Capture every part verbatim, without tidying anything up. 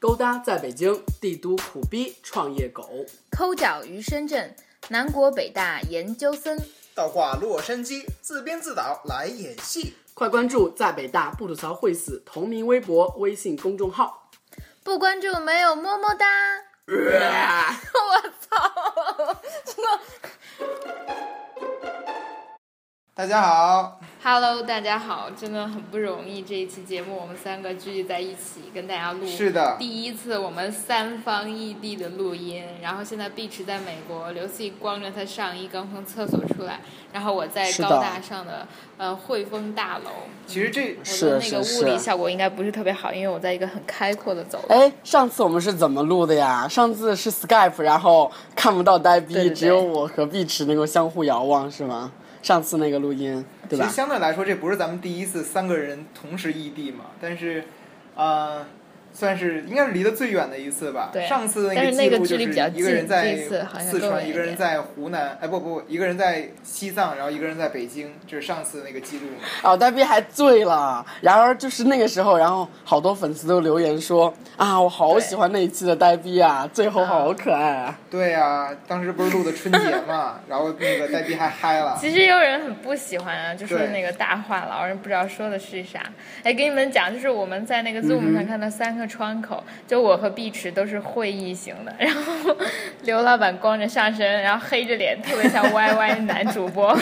勾搭在北京，帝都苦逼创业狗； 抠脚于深圳，南国北大研究生； 倒挂洛杉矶，自编自导来演戏。 快关注在北大不吐槽会死同名微博、微信公众号。 不关注没有么么哒！呃、我操！真的。 大家好 ，Hello， 大家好，真的很不容易。这一期节目我们三个聚集在一起跟大家录， 是的， 第一次我们三方异地的录音。然后现在碧池在美国，刘希光着他上衣刚从厕所出来，然后我在高大上的呃汇丰大楼。 其实这我的那个物理效果应该不是特别好，因为我在一个很开阔的走廊。 哎，上次我们是怎么录的呀？上次是 Skype， 然后看不到呆逼，对对对，只有我和碧池能够相互遥望，是吗？上次那个录音，对吧？ 其实相对来说，这不是咱们第一次三个人同时异地嘛，但是，呃，算是应该是离得最远的一次吧。 对。 上次那个记录就是一个人在四川，一个人在湖南，哎不不，一个人在西藏，然后一个人在北京，这是上次那个记录嘛。 哦，呆逼还醉了，然而就是那个时候，然后好多粉丝都留言说啊，我好喜欢那一期的呆逼啊，最后好可爱啊。 对啊，当时不是录的春节嘛，然后那个呆逼还嗨了。 其实也有人很不喜欢啊，就说那个大话痨，人不知道说的是啥。哎，给你们讲，就是我们在那个 Zoom 上看到三个窗口，嗯、就我和碧池都是会议型的，然后刘老板光着上身，然后黑着脸，特别像 Y Y 男主播。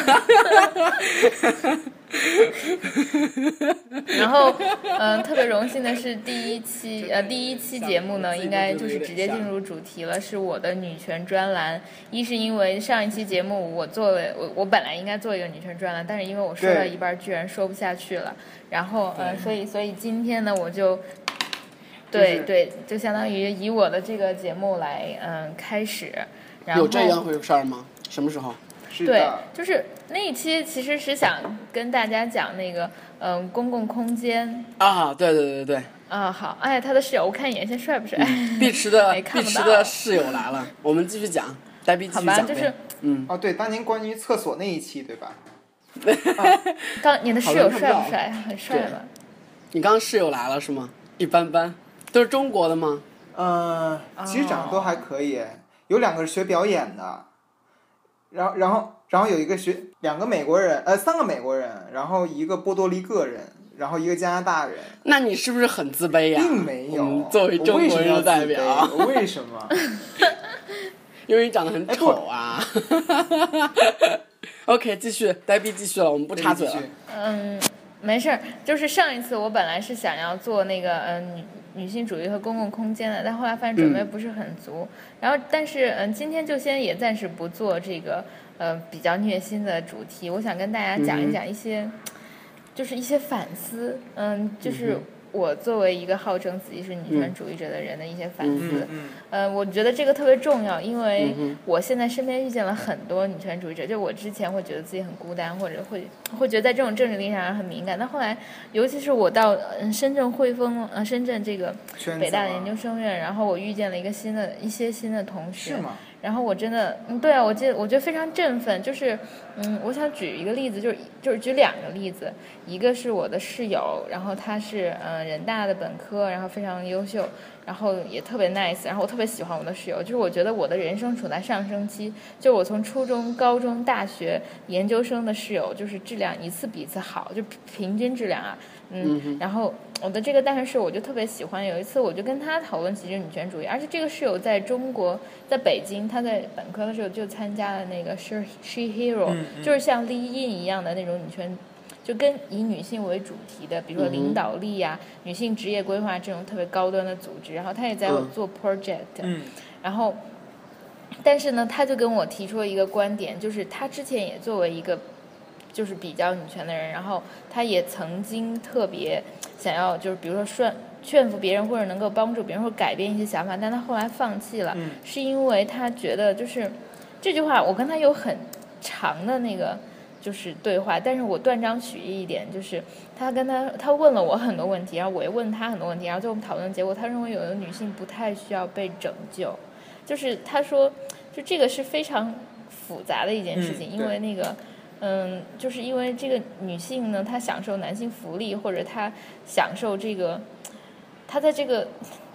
然后，嗯、呃，特别荣幸的是第一期呃第一期节目呢，应该就是直接进入主题了，是我的女权专栏。一是因为上一期节目我做了，我我本来应该做一个女权专栏，但是因为我说到一半居然说不下去了，然后呃，所以所以今天呢，我就。对对，就相当于以我的这个节目来嗯开始，然后有这样回事儿吗？什么时候？ 是对，就是那一期其实是想跟大家讲那个嗯公共空间啊，对对对对。 啊好，哎，他的室友我看眼线帅不帅？ 嗯、碧池的碧池的室友来了，我们继续讲，呆逼继续讲。 好吧，就是嗯哦对，当年关于厕所那一期对吧？ 啊、刚你的室友帅不帅？很帅吧？ 你刚刚室友来了是吗？一般般。都是中国的吗？ 嗯、呃，其实长得都还可以，有两个是学表演的，然后然后然后有一个学两个美国人，呃，三个美国人，然后一个波多黎各人，然后一个加拿大人。 那你是不是很自卑呀、啊？ 并没有。 嗯、作为中国人的代表， 我为什么？ 因为你长得很丑啊。OK， 继续，呆逼继续了，我们不插嘴了。 嗯，没事儿，就是上一次我本来是想要做那个嗯、呃、女。女性主义和公共空间的，但后来发现准备不是很足。嗯、然后，但是嗯，今天就先也暂时不做这个呃比较虐心的主题。我想跟大家讲一讲一些，嗯、就是一些反思。嗯，就是我作为一个号称自己是女权主义者的人的一些反思。 嗯呃，我觉得这个特别重要，因为我现在身边遇见了很多女权主义者。就我之前会觉得自己很孤单，或者会会觉得在这种政治立场上很敏感。但后来，尤其是我到嗯深圳汇丰呃深圳这个北大的研究生院，然后我遇见了一个新的一些新的同学。 是吗？ 然后我真的，嗯，对啊，我记得我觉得非常振奋，就是，嗯，我想举一个例子，就是就是举两个例子，一个是我的室友，然后他是嗯、呃、人大的本科，然后非常优秀，然后也特别 nice， 然后我特别喜欢我的室友，就是我觉得我的人生处在上升期，就我从初中、高中、大学、研究生的室友，就是质量一次比一次好，就平均质量啊，嗯，嗯然后我的这个大学室友我就特别喜欢，有一次我就跟他讨论起这个女权主义，而且这个室友在中国，在北京。他在本科的时候就参加了那个 She She Hero，、嗯嗯、就是像 Li Yin 一样的那种女权，就跟以女性为主题的，比如说领导力呀、啊、嗯、女性职业规划这种特别高端的组织。然后他也在做 project，、 嗯、 然后，但是呢，他就跟我提出了一个观点，就是他之前也作为一个就是比较女权的人，然后他也曾经特别想要，就是比如说说。劝服别人或者能够帮助别人或改变一些想法，但他后来放弃了、 嗯、 是因为他觉得就是这句话我跟他有很长的那个就是对话，但是我断章取义一点，就是他跟他他问了我很多问题，然后我也问他很多问题，然后最后我们讨论的结果，他认为有的女性不太需要被拯救，就是他说就这个是非常复杂的一件事情、 嗯、 因为那个嗯，就是因为这个女性呢，她享受男性福利，或者她享受这个她在这个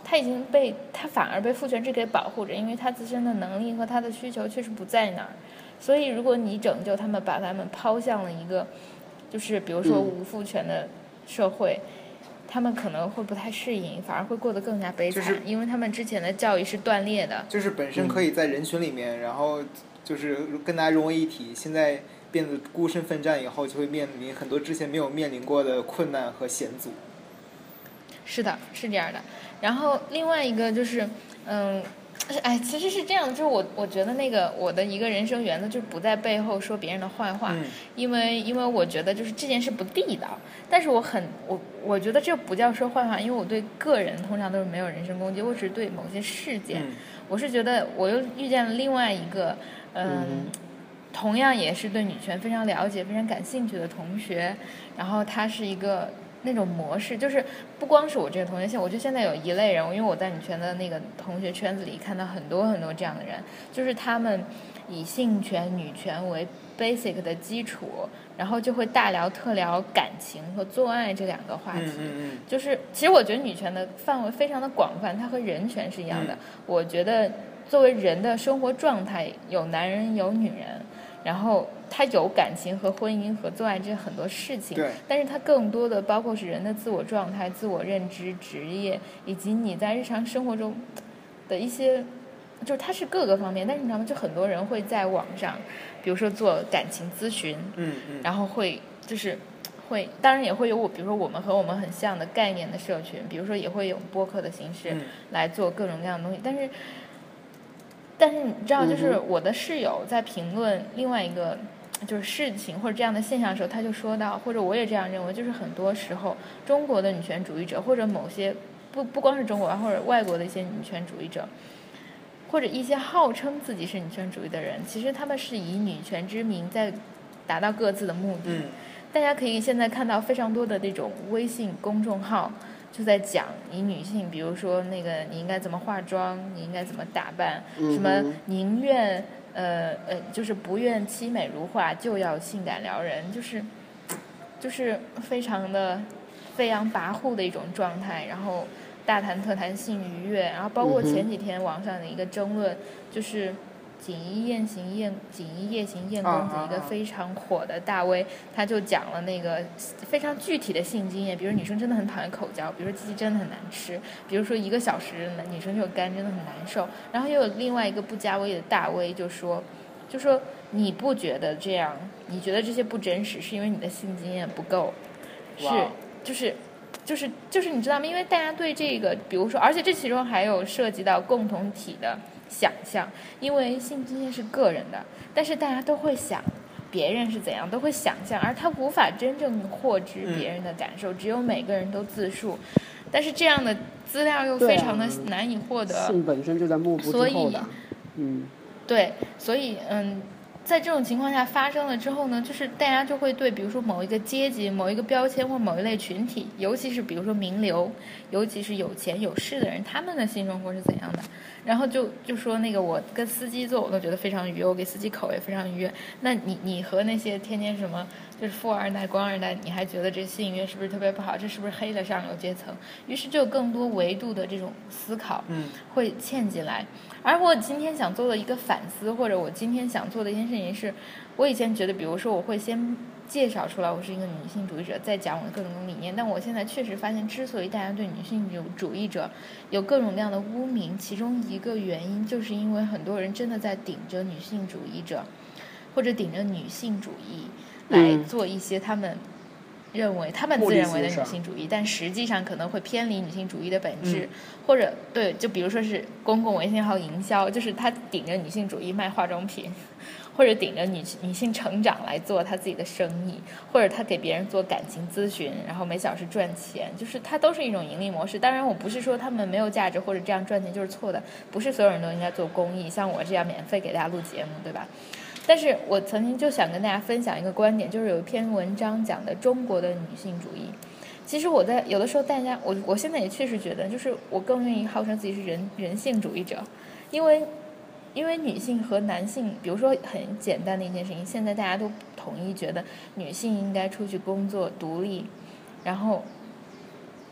他已经被他反而被父权制给保护着，因为他自身的能力和他的需求确实不在那儿。所以如果你拯救他们，把他们抛向了一个就是比如说无父权的社会、嗯、他们可能会不太适应，反而会过得更加悲惨、就是、因为他们之前的教育是断裂的， 就是本身可以在人群里面、嗯、然后就是跟大家融为一体，现在变得孤身奋战以后，就会面临很多之前没有面临过的困难和险阻。 是的，是这样的。然后另外一个就是嗯哎，其实是这样的，就是我我觉得那个我的一个人生原则就是不在背后说别人的坏话、 嗯、 因为因为我觉得就是这件事不地道，但是我很我我觉得这不叫说坏话，因为我对个人通常都是没有人身攻击，我只是对某些事件、 嗯、 我是觉得我又遇见了另外一个嗯, 嗯同样也是对女权非常了解非常感兴趣的同学，然后他是一个那种模式，就是不光是我这个同学线，我觉得现在有一类人，因为我在女权的那个同学圈子里看到很多很多这样的人，就是他们以性权女权为 basic 的基础，然后就会大聊特聊感情和做爱这两个话题、 嗯嗯嗯、 就是其实我觉得女权的范围非常的广泛，它和人权是一样的、 嗯、 我觉得作为人的生活状态，有男人有女人，然后他有感情和婚姻和做爱这很多事情，但是它更多的包括是人的自我状态、自我认知、职业，以及你在日常生活中的一些，就是它是各个方面。但是你知道吗？就很多人会在网上，比如说做感情咨询， 嗯嗯， 然后会就是会，当然也会有我，比如说我们和我们很像的概念的社群，比如说也会有播客的形式来做各种各样的东西，但是。但是你知道，就是我的室友在评论另外一个就是事情或者这样的现象的时候，他就说到，或者我也这样认为，就是很多时候中国的女权主义者，或者某些不不光是中国或者外国的一些女权主义者，或者一些号称自己是女权主义的人，其实他们是以女权之名在达到各自的目的。 嗯， 大家可以现在看到非常多的那种微信公众号。就在讲你女性，比如说那个你应该怎么化妆，你应该怎么打扮， 嗯、 什么宁愿呃呃就是不愿凄美如画，就要性感撩人，就是就是非常的飞扬跋扈的一种状态，然后大谈特谈性愉悦，然后包括前几天网上的一个争论，嗯、就是锦衣夜行宴锦衣夜行宴公子一个非常火的大 V， 他就讲了那个非常具体的性经验，比如女生真的很讨厌口交，比如说鸡鸡真的很难吃，比如说一个小时女生就干真的很难受。然后又有另外一个不加 V 的大 V 就说就说你不觉得这样，你觉得这些不真实是因为你的性经验不够，是就是就是就是你知道吗？因为大家对这个比如说，而且这其中还有涉及到共同体的想象，因为性经验是个人的，但是大家都会想别人是怎样，都会想象，而他无法真正获知别人的感受、嗯、只有每个人都自述，但是这样的资料又非常的难以获得、 啊、性本身就在幕布之后的嗯， 对，所以嗯在这种情况下发生了之后呢，就是大家就会对比如说某一个阶级、某一个标签或某一类群体，尤其是比如说名流，尤其是有钱有势的人，他们的性生活是怎样的，然后就就说那个我跟司机做我都觉得非常愉悦，我给司机口也非常愉悦，那你你和那些天天什么就是富二代官二代，你还觉得这性愉悦是不是特别不好，这是不是黑了上流阶层，于是就有更多维度的这种思考会嵌进来、嗯、而我今天想做的一个反思，或者我今天想做的一件事情是，我以前觉得比如说我会先介绍出来我是一个女性主义者，再讲我的各种理念，但我现在确实发现，之所以大家对女性主义者有各种各样的污名，其中一个原因就是因为很多人真的在顶着女性主义者或者顶着女性主义来做一些他们认为、嗯、他们自认为的女性主义，但实际上可能会偏离女性主义的本质、嗯、或者对，就比如说是公共微信号营销，就是他顶着女性主义卖化妆品，或者顶着女女性成长来做他自己的生意，或者他给别人做感情咨询，然后每小时赚钱，就是它都是一种盈利模式。当然我不是说他们没有价值或者这样赚钱就是错的，不是所有人都应该做公益，像我这样免费给大家录节目，对吧？但是我曾经就想跟大家分享一个观点，就是有一篇文章讲的中国的女性主义。其实我在有的时候大家我我现在也确实觉得，就是我更愿意号称自己是人人性主义者，因为因为女性和男性，比如说很简单的一件事情，现在大家都统一觉得女性应该出去工作独立，然后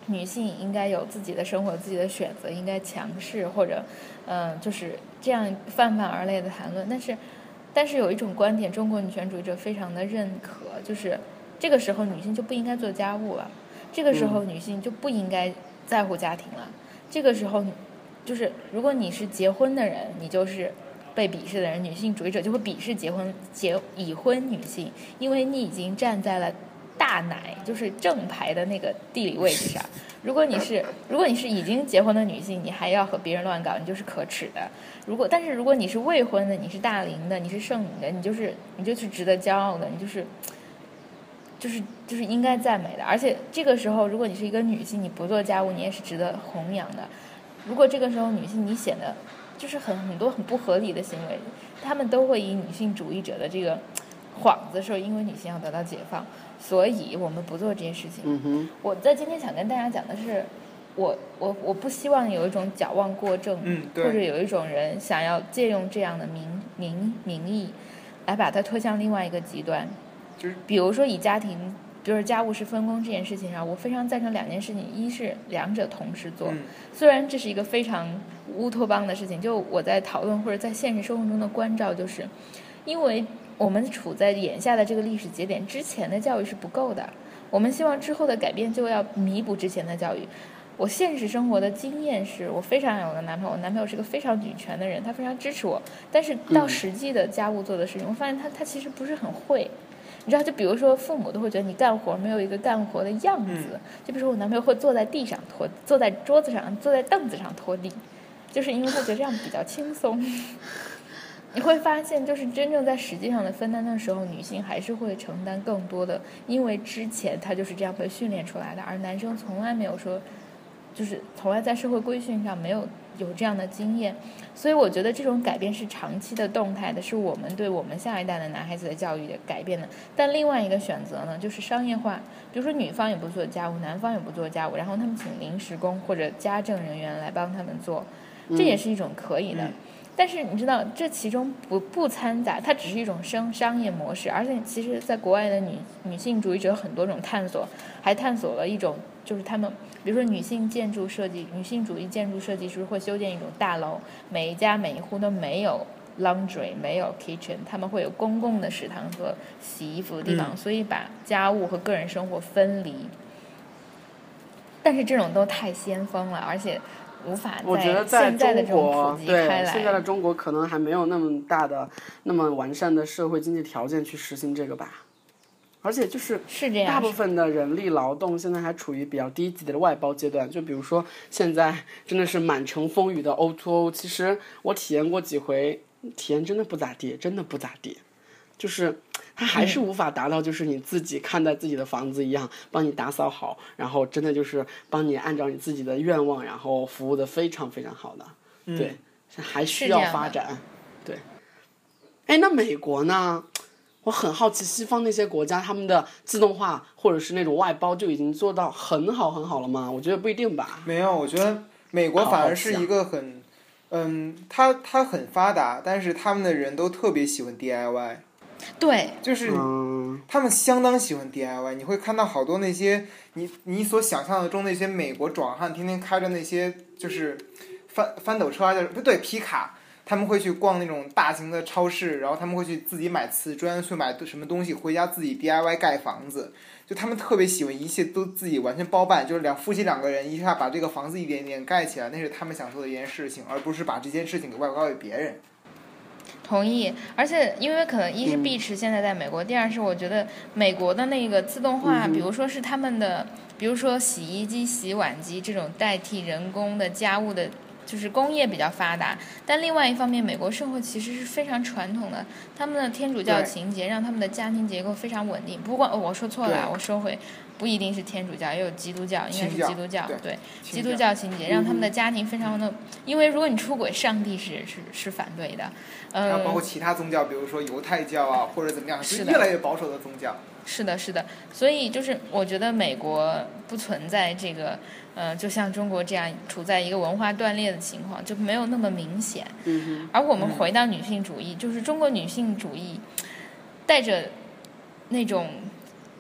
女性应该有自己的生活、自己的选择，应该强势或者，嗯、呃，就是这样泛泛而类的谈论。但是，但是有一种观点，中国女权主义者非常的认可，就是这个时候女性就不应该做家务了，这个时候女性就不应该在乎家庭了，嗯、这个时候就是如果你是结婚的人，你就是被鄙视的人，女性主义者就会鄙视结婚结已婚女性，因为你已经站在了大奶就是正牌的那个地理位置上。如果你是如果你是已经结婚的女性，你还要和别人乱搞，你就是可耻的。如果但是如果你是未婚的，你是大龄的，你是剩女的，你就是你就是值得骄傲的，你就是就是就是应该赞美的。而且这个时候，如果你是一个女性，你不做家务，你也是值得弘扬的。如果这个时候女性你显得就是很很多很不合理的行为，他们都会以女性主义者的这个幌子说，因为女性要得到解放，所以我们不做这些事情。 嗯哼， 我在今天想跟大家讲的是，我我我不希望有一种矫枉过正， 嗯，对， 或者有一种人想要借用这样的名名名义，来把它推向另外一个极端， 就是比如说以家庭。比如家务事分工这件事情上，我非常赞成两件事情，一是两者同时做， 嗯、 虽然这是一个非常乌托邦的事情，就我在讨论或者在现实生活中的关照，就是因为我们处在眼下的这个历史节点之前的教育是不够的，我们希望之后的改变就要弥补之前的教育。我现实生活的经验是，我非常爱我的男朋友，我男朋友是个非常女权的人，他非常支持我，但是到实际的家务做的事情，嗯、我发现他他其实不是很会。你知道，就比如说父母都会觉得你干活没有一个干活的样子， 嗯、 就比如说我男朋友会坐在地上拖，坐在桌子上，坐在凳子上拖地，就是因为他觉得这样比较轻松。你会发现，就是真正在实际上的分担的时候，女性还是会承担更多的，因为之前她就是这样被训练出来的，而男生从来没有说，就是从来在社会规训上没有有这样的经验。所以我觉得这种改变是长期的动态的，是我们对我们下一代的男孩子的教育的改变的。但另外一个选择呢，就是商业化，比如说女方也不做家务，男方也不做家务，然后他们请临时工或者家政人员来帮他们做，这也是一种可以的。嗯、但是你知道，这其中不不掺杂，它只是一种商商业模式，而且其实在国外的女女性主义者有很多种探索，还探索了一种就是他们。比如说女性建筑设计，女性主义建筑设计师会修建一种大楼，每一家每一户都没有 laundry， 没有 kitchen， 他们会有公共的食堂和洗衣服的地方，嗯、所以把家务和个人生活分离。但是这种都太先锋了，而且无法在现在的这种普及开来。 对，现在的中国可能还没有那么大的、那么完善的社会经济条件去实行这个吧。而且就是大部分的人力劳动现在还处于比较低级的外包阶段，就比如说现在真的是满城风雨的 O to O， 其实我体验过几回，体验真的不咋地，真的不咋地，就是它还是无法达到就是你自己看待自己的房子一样，帮你打扫好，然后真的就是帮你按照你自己的愿望，然后服务的非常非常好的， 嗯、 对，还需要发展，对。哎，那美国呢？我很好奇，西方那些国家他们的自动化或者是那种外包就已经做到很好很好了吗？我觉得不一定吧。 没有，我觉得美国反而是一个很， 啊、 嗯，它它很发达，但是他们的人都特别喜欢 D I Y。 对， 就是他们相当喜欢 D I Y， 你会看到好多那些你你所想象的中那些美国壮汉，天天开着那些就是翻翻斗车啊，不对，皮卡。他们会去逛那种大型的超市，然后他们会去自己买瓷砖，去买什么东西回家自己 D I Y 盖房子。就他们特别喜欢一切都自己完全包办，就是两夫妻两个人一下把这个房子一点一点盖起来，那是他们想做的一件事情，而不是把这件事情给外包给别人。 同意，而且因为可能一是碧池现在在美国，嗯、第二是我觉得美国的那个自动化，嗯、比如说是他们的，比如说洗衣机、洗碗机这种代替人工的家务的。就是工业比较发达，但另外一方面，美国社会其实是非常传统的，他们的天主教情节让他们的家庭结构非常稳定。不过、哦、我说错了，我收回，不一定是天主教，也有基督教，应该是基督教， 对， 对基督教情节让他们的家庭非常的，嗯、因为如果你出轨，上帝是是是反对的。呃， 还有包括其他宗教，比如说犹太教啊，或者怎么样，是越来越保守的宗教。 是的，是的，所以就是我觉得美国不存在这个，呃，就像中国这样处在一个文化断裂的情况，就没有那么明显。 嗯、 而我们回到女性主义，嗯、就是中国女性主义带着那种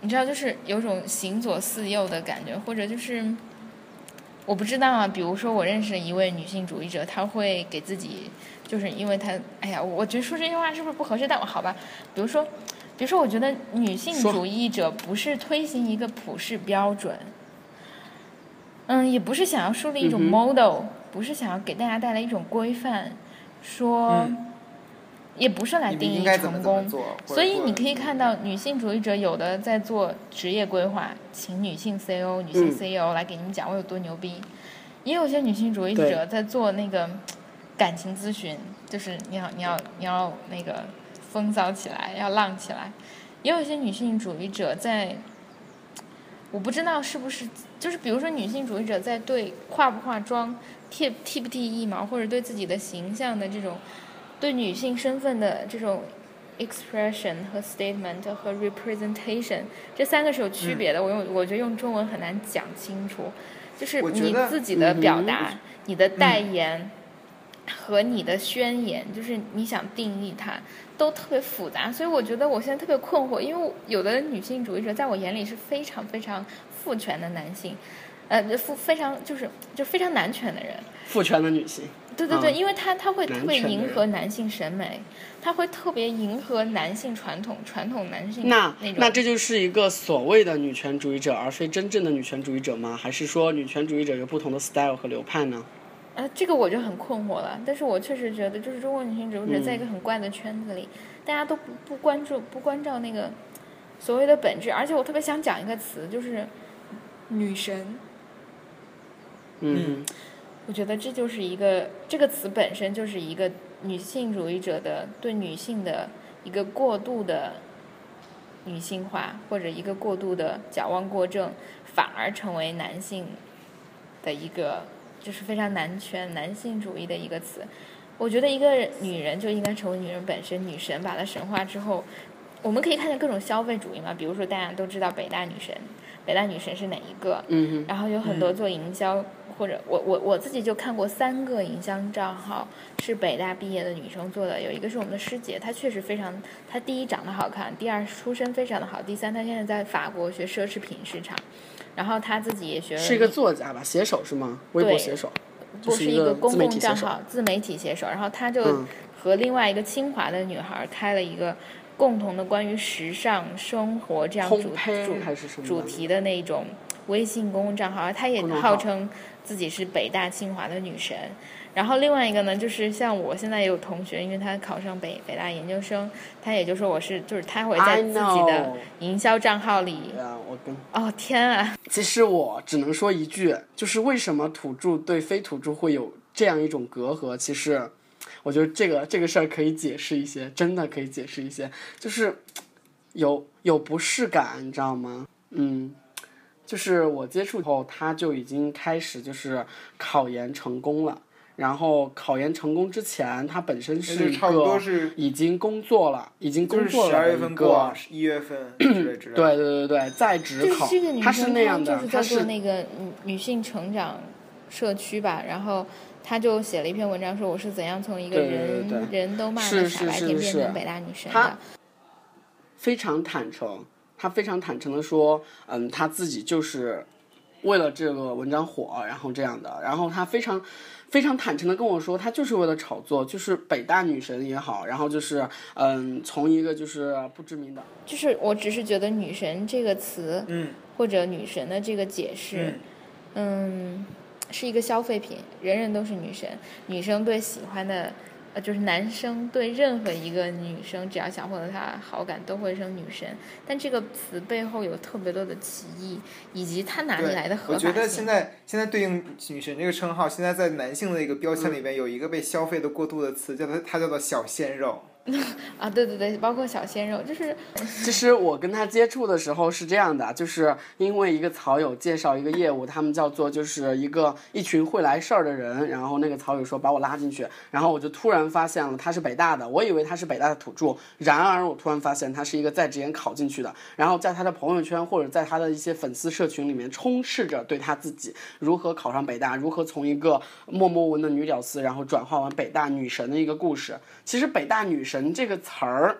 你知道，就是有种行左似右的感觉，或者就是我不知道啊。比如说，我认识一位女性主义者，她会给自己，就是因为她，哎呀，我觉得说这句话是不是不合适？但我好吧，比如说，比如说，我觉得女性主义者不是推行一个普世标准，嗯，也不是想要树立一种 model，、嗯、不是想要给大家带来一种规范，说。嗯也不是来定义成功，所以你可以看到女性主义者有的在做职业规划，请女性 C E O、女性 C E O 来给你们讲我有多牛逼，嗯、也有些女性主义者在做那个感情咨询，就是你要你要你要那个风骚起来，要浪起来，也有一些女性主义者在，我不知道是不是就是比如说女性主义者在对化不化妆、剃剃不剃腋毛，或者对自己的形象的这种。对女性身份的这种 expression 和 statement 和 representation 这三个是有区别的，嗯、我用我觉得用中文很难讲清楚，就是你自己的表达、嗯、你的代言和你的宣言，嗯、就是你想定义它都特别复杂，所以我觉得我现在特别困惑，因为有的女性主义者在我眼里是非常非常父权的男性，呃，非非常就是就非常男权的人， 父权的女性。 对对对，嗯、因为他他会特别迎合男性审美，他会特别迎合男性传统传统男性那那种。 那这就是一个所谓的女权主义者，而非真正的女权主义者吗？还是说女权主义者有不同的 style 和流派呢？ 呃，这个我就很困惑了。但是我确实觉得，就是中国女性主义者在一个很怪的圈子里，嗯、大家都不不关注不关照那个所谓的本质。而且我特别想讲一个词，就是女神。 嗯。 我觉得这就是一个这个词本身就是一个女性主义者的对女性的一个过度的女性化，或者一个过度的矫枉过正，反而成为男性的一个就是非常男权男性主义的一个词。我觉得一个女人就应该成为女人本身，女神把它神化之后，我们可以看见各种消费主义嘛，比如说大家都知道北大女神，北大女神是哪一个？ 嗯， 然后有很多做营销。嗯或者我我我自己就看过三个营销账号是北大毕业的女生做的，有一个是我们的师姐，她确实非常，她第一长得好看，第二出身非常的好，第三她现在在法国学奢侈品市场，然后她自己也学了， 是一个作家吧，写手是吗？微博写手， 不是一个公共账号，自媒体写手，然后她就和另外一个清华的女孩开了一个共同的关于时尚生活这样主主主题的那种微信公共账号，她也号称自己是北大清华的女神。然后另外一个呢，就是像我现在也有同学，因为他考上北北大研究生，他也就说我是，就是他会在自己的营销账号里。 啊，我跟哦天啊！ 其实我只能说一句，就是为什么土著对非土著会有这样一种隔阂？其实，我觉得这个这个事儿可以解释一些，真的可以解释一些，就是有有不适感，你知道吗？嗯。就是我接触后，他就已经开始就是考研成功了。然后考研成功之前，他本身是一个已经工作了，已经工作了的一个一月份之类之类的。 对对对对，在职考，他是那样的， 他是那个女性成长社区吧，然后他就写了一篇文章，说我是怎样从一个人对对对人都骂的傻白甜变成北大女神的。 他非常坦诚。他非常坦诚的说，嗯，他自己就是为了这个文章火，然后这样的，然后他非常非常坦诚的跟我说，他就是为了炒作，就是北大女神也好，然后就是嗯，从一个就是不知名的， 就是我只是觉得女神这个词， 嗯， 或者女神的这个解释，嗯，嗯是一个消费品，人人都是女神，女生对喜欢的。呃，就是男生对任何一个女生，只要想获得她好感，都会称女神。但这个词背后有特别多的歧义，以及它哪里来的合法性？ 我觉得现在现在对应女神这个称号，现在在男性的一个标签里边有一个被消费的过度的词，叫它它叫做小鲜肉。 啊，对对对，包括小鲜肉，就是其实我跟他接触的时候是这样的，就是因为一个草友介绍一个业务，他们叫做就是一个一群会来事儿的人，然后那个草友说把我拉进去，然后我就突然发现了他是北大的，我以为他是北大的土著，然而我突然发现他是一个在职研考进去的，然后在他的朋友圈或者在他的一些粉丝社群里面充斥着对他自己如何考上北大，如何从一个默默无闻的女屌丝然后转化为北大女神的一个故事。其实北大女神这个词儿，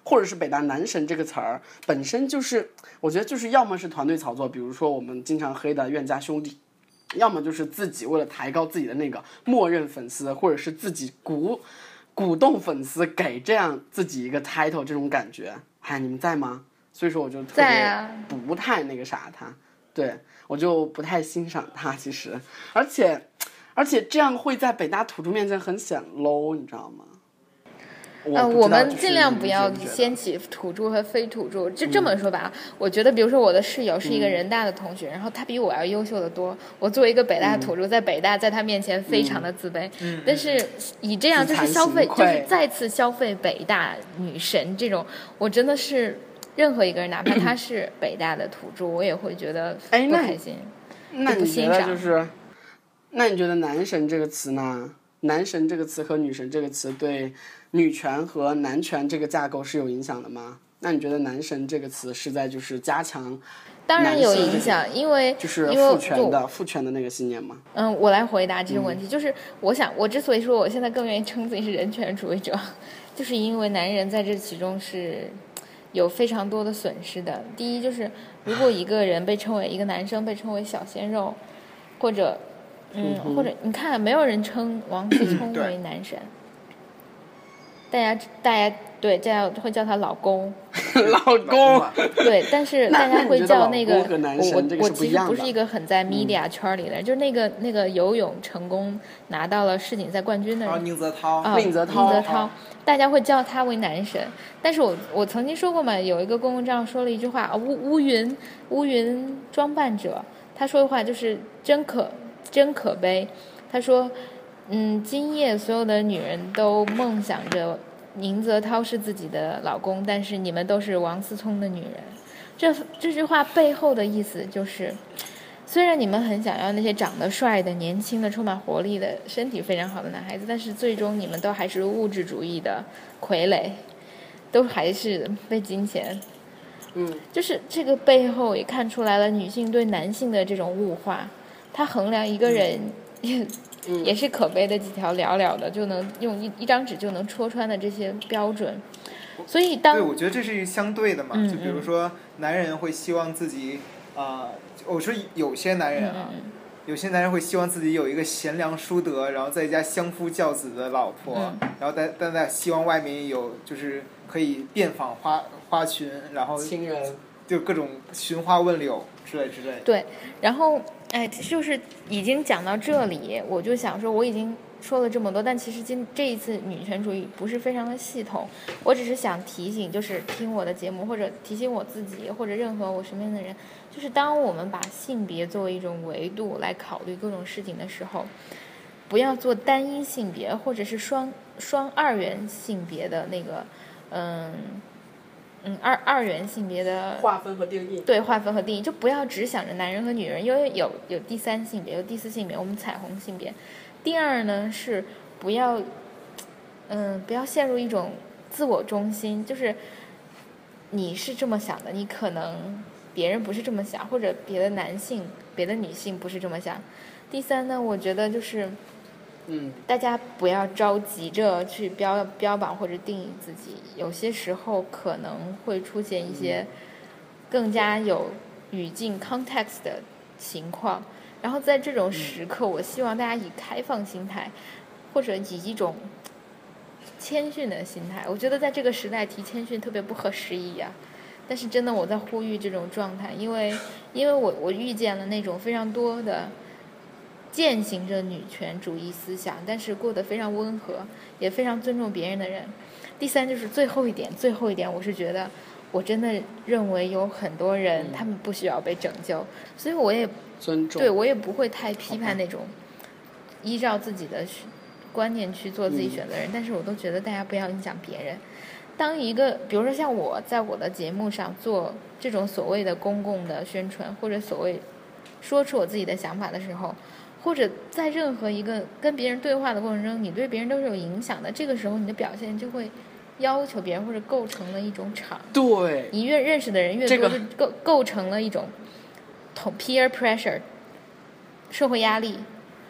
或者是北大男神这个词儿本身就是，我觉得就是要么是团队炒作，比如说我们经常黑的苑家兄弟，要么就是自己为了抬高自己的那个默认粉丝，或者是自己鼓鼓动粉丝给这样自己一个 title 这种感觉。哎，你们在吗？所以说我就特别不太那个啥他，对我就不太欣赏他其实，而且而且这样会在北大土著面前很显 low， 你知道吗？ 呃，我们尽量不要掀起土著和非土著，就这么说吧、嗯。我觉得，比如说我的室友是一个人大的同学，嗯、然后他比我要优秀的多。我作为一个北大土著，嗯、在北大，在他面前非常的自卑。嗯、但是以这样就是消费，就是再次消费北大女神这种，我真的是任何一个人，哪怕他是北大的土著，我也会觉得不开心。 那你觉得就是？那你觉得男神这个词呢？男神这个词和女神这个词对女权和男权这个架构是有影响的吗？那你觉得男神这个词是在就是加强？ 当然有影响，因为就是父权的父权的那个信念嘛。 嗯，我来回答这个问题，嗯、就是我想，我之所以说我现在更愿意称自己是人权主义者，就是因为男人在这其中是有非常多的损失的。第一，就是如果一个人被称为一个男生被称为小鲜肉，或者。嗯，或者你看，没有人称王思聪为男神，大家大家对大家会叫他老公， 老公对，但是大家会叫那个我我我其实不是一个很在 media 圈里的，嗯、就是那个那个游泳成功拿到了世锦赛冠军的人， 宁泽涛啊， 宁泽涛， 宁泽涛，大家会叫他为男神，但是我我曾经说过嘛，有一个公共账说了一句话啊，乌乌云乌云装扮者，他说的话就是真可。真可悲，他说，嗯，今夜所有的女人都梦想着宁泽涛是自己的老公，但是你们都是王思聪的女人。这这句话背后的意思就是，虽然你们很想要那些长得帅的、年轻的、充满活力的、身体非常好的男孩子，但是最终你们都还是物质主义的傀儡，都还是被金钱。 嗯， 就是这个背后也看出来了女性对男性的这种物化。他衡量一个人也、嗯、也是可悲的几条寥寥的，就能用一一张纸就能戳穿的这些标准。所以当对，我觉得这是相对的嘛。 嗯、 就比如说，男人会希望自己啊、呃，我说有些男人啊、 嗯， 有些男人会希望自己有一个贤良淑德，然后在家相夫教子的老婆， 嗯、 然后但但在希望外面有就是可以遍访花花群，然后亲人就各种寻花问柳之类之类的。 对，然后。哎，就是已经讲到这里，我就想说，我已经说了这么多，但其实今这一次女权主义不是非常的系统，我只是想提醒，就是听我的节目或者提醒我自己或者任何我身边的人，就是当我们把性别作为一种维度来考虑各种事情的时候，不要做单一性别或者是双双二元性别的那个，嗯。嗯，二二元性别的划分和定义， 对，划分和定义，就不要只想着男人和女人，因为有有第三性别，有第四性别，我们彩虹性别。第二呢是不要，嗯，不要陷入一种自我中心，就是你是这么想的，你可能别人不是这么想，或者别的男性、别的女性不是这么想。第三呢，我觉得就是。 嗯， 大家不要着急着去标标榜或者定义自己，有些时候可能会出现一些更加有语境 context 的情况，然后在这种时刻，我希望大家以开放心态，或者以一种谦逊的心态。我觉得在这个时代提谦逊特别不合时宜啊，但是真的我在呼吁这种状态，因为因为我我遇见了那种非常多的。践行着女权主义思想，但是过得非常温和，也非常尊重别人的人。第三就是最后一点，最后一点，我是觉得，我真的认为有很多人、嗯、他们不需要被拯救，所以我也尊重， 对我也不会太批判那种依照自己的观念去做自己选择的人、嗯，但是我都觉得大家不要影响别人。当一个，比如说像我在我的节目上做这种所谓的公共的宣传，或者所谓说出我自己的想法的时候。或者在任何一个跟别人对话的过程中，你对别人都是有影响的，这个时候你的表现就会要求别人，或者构成了一种场。 对， 你越认识的人越多，就构构成了一种同 peer pressure 社会压力。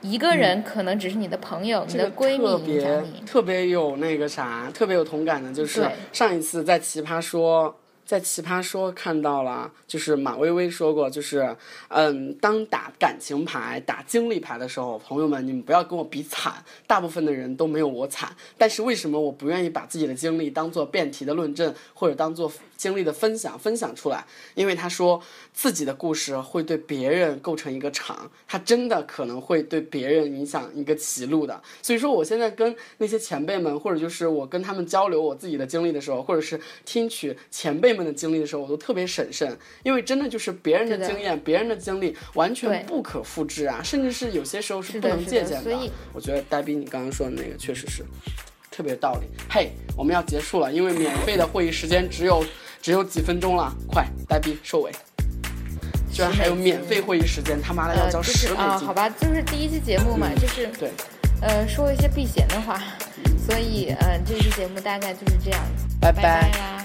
一个人可能只是你的朋友、嗯、你的闺蜜影响你。 特别有那个啥，特别有同感的，就是上一次在奇葩说。在奇葩说看到了，就是马薇薇说过，就是嗯，当打感情牌、打经历牌的时候，朋友们，你们不要跟我比惨，大部分的人都没有我惨。但是为什么我不愿意把自己的经历当做辩题的论证，或者当做经历的分享分享出来？因为他说自己的故事会对别人构成一个场，他真的可能会对别人影响一个歧路的。所以说，我现在跟那些前辈们，或者就是我跟他们交流我自己的经历的时候，或者是听取前辈们的经历的时候，我都特别审慎，因为真的就是别人的经验、别人的经历完全不可复制啊，甚至是有些时候是不能借鉴的。 所以我觉得呆逼你刚刚说的那个确实是特别有道理。嘿，我们要结束了，因为免费的会议时间只有只有几分钟了，快，呆逼收尾。居然还有免费会议时间，他妈的要交十美金、呃就是呃、好吧，就是第一期节目嘛、嗯、就是对呃说一些避嫌的话，所以呃这期节目大概就是这样子， 拜拜拜拜啦。